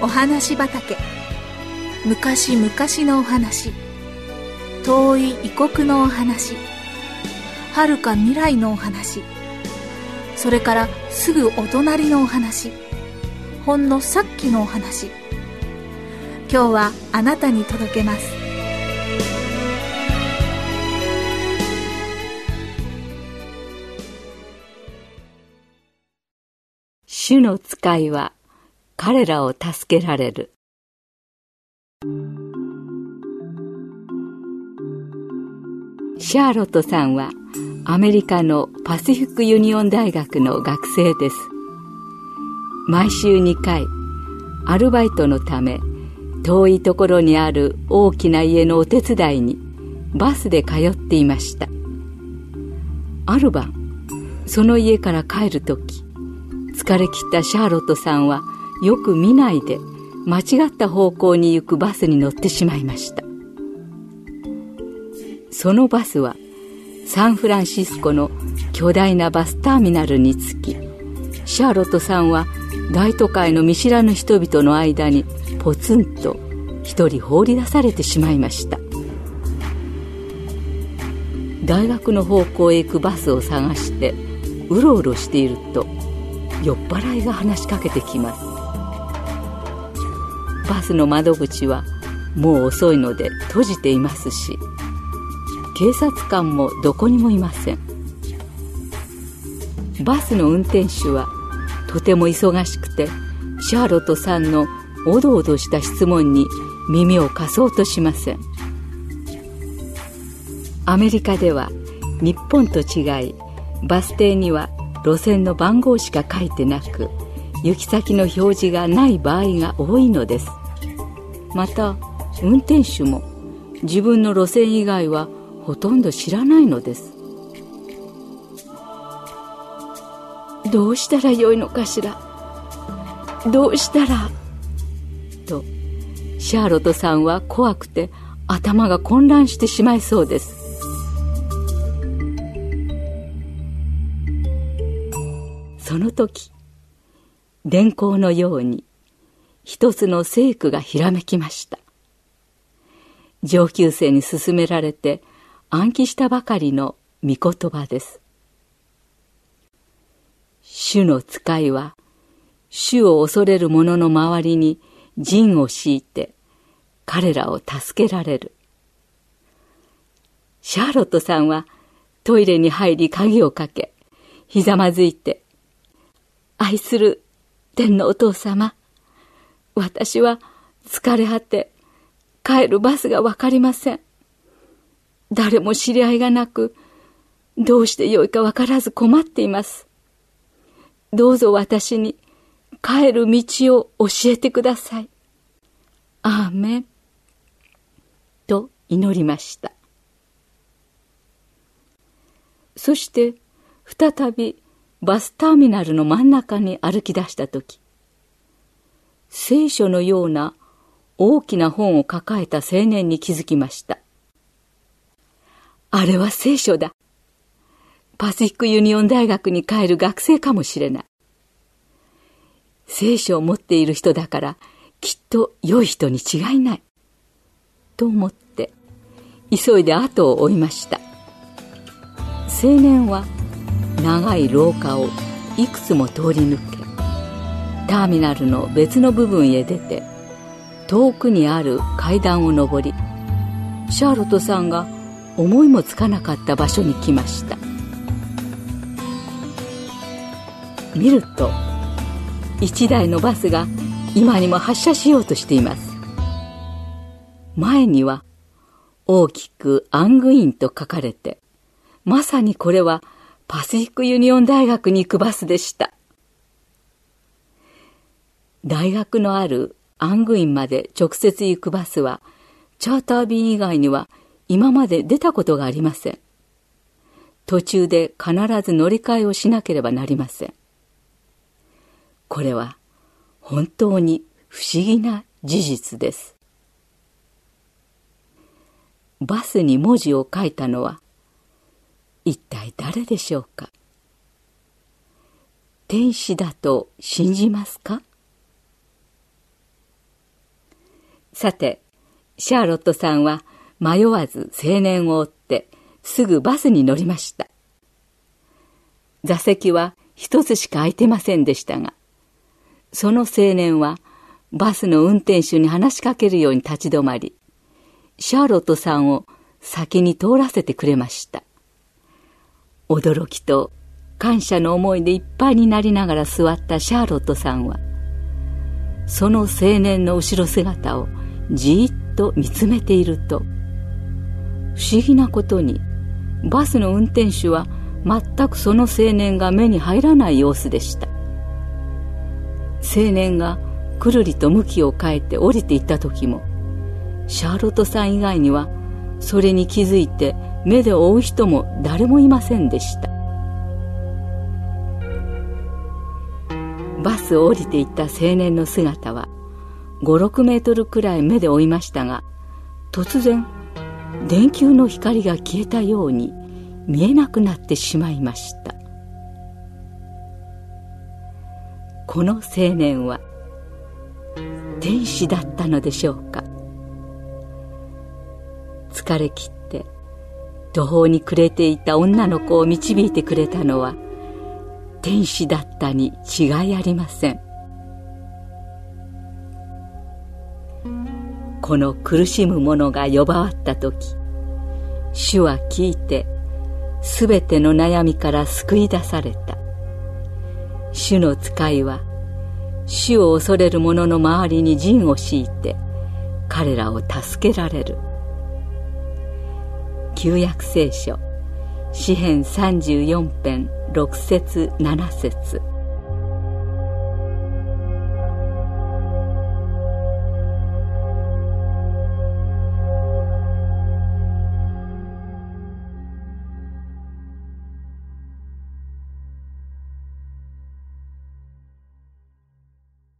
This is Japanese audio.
お話畑。昔々のお話、遠い異国のお話、遥か未来のお話、それからすぐお隣のお話、ほんのさっきのお話。今日はあなたに届けます。 主の使いは彼らを助けられる。シャーロットさんはアメリカのパシフィックユニオン大学の学生です。毎週2回アルバイトのため遠いところにある大きな家のお手伝いにバスで通っていました。ある晩、その家から帰るとき、疲れ切ったシャーロットさんはよく見ないで間違った方向に行くバスに乗ってしまいました。そのバスはサンフランシスコの巨大なバスターミナルに着き、シャーロットさんは大都会の見知らぬ人々の間にポツンと一人放り出されてしまいました。大学の方向へ行くバスを探してうろうろしていると、酔っ払いが話しかけてきます。バスの窓口はもう遅いので閉じていますし、警察官もどこにもいません。バスの運転手はとても忙しくて、シャーロットさんのおどおどした質問に耳を貸そうとしません。アメリカでは日本と違い、バス停には路線の番号しか書いてなく、行き先の表示がない場合が多いのです。また運転手も自分の路線以外はほとんど知らないのです。どうしたらよいのかしら、どうしたらと、シャーロットさんは怖くて頭が混乱してしまいそうです。その時、電光のように一つの聖句がひらめきました。上級生に勧められて暗記したばかりの御言葉です。主の使いは主を恐れる者の周りに陣を敷いて彼らを助けられる。シャーロットさんはトイレに入り鍵をかけ、ひざまずいて、愛する天のお父様、私は疲れ果て帰るバスがわかりません。誰も知り合いがなく、どうしてよいかわからず困っています。どうぞ私に帰る道を教えてください。アーメン。と祈りました。そして再びバスターミナルの真ん中に歩き出したとき、聖書のような大きな本を抱えた青年に気づきました。あれは聖書だ。パシフィックユニオン大学に帰る学生かもしれない。聖書を持っている人だからきっと良い人に違いない。と思って急いで後を追いました。青年は長い廊下をいくつも通り抜け、ターミナルの別の部分へ出て、遠くにある階段を上り、シャーロットさんが思いもつかなかった場所に来ました。見ると、一台のバスが今にも発車しようとしています。前には大きくアングインと書かれて、まさにこれはパシフィックユニオン大学に行くバスでした。大学のあるアングインまで直接行くバスは、チャーター便以外には今まで出たことがありません。途中で必ず乗り換えをしなければなりません。これは本当に不思議な事実です。バスに文字を書いたのは一体誰でしょうか。天使だと信じますか？ さて、シャーロットさんは迷わず青年を追ってすぐバスに乗りました。座席は一つしか空いてませんでしたが、その青年はバスの運転手に話しかけるように立ち止まり、シャーロットさんを先に通らせてくれました。驚きと感謝の思いでいっぱいになりながら座ったシャーロットさんは、その青年の後ろ姿をじーっと見つめていると、不思議なことにバスの運転手は全くその青年が目に入らない様子でした。青年がくるりと向きを変えて降りていった時も、シャーロットさん以外にはそれに気づいて目で追う人も誰もいませんでした。バスを降りていった青年の姿は5、6メートルくらい目で追いましたが、突然電球の光が消えたように見えなくなってしまいました。この青年は天使だったのでしょうか。疲れ切って途方に暮れていた女の子を導いてくれたのは天使だったに違いありません。この苦しむ者が呼ばわった時、主は聞いてすべての悩みから救い出された。主の使いは主を恐れる者の周りに陣を敷いて彼らを助けられる。旧約聖書詩編34編6節7節。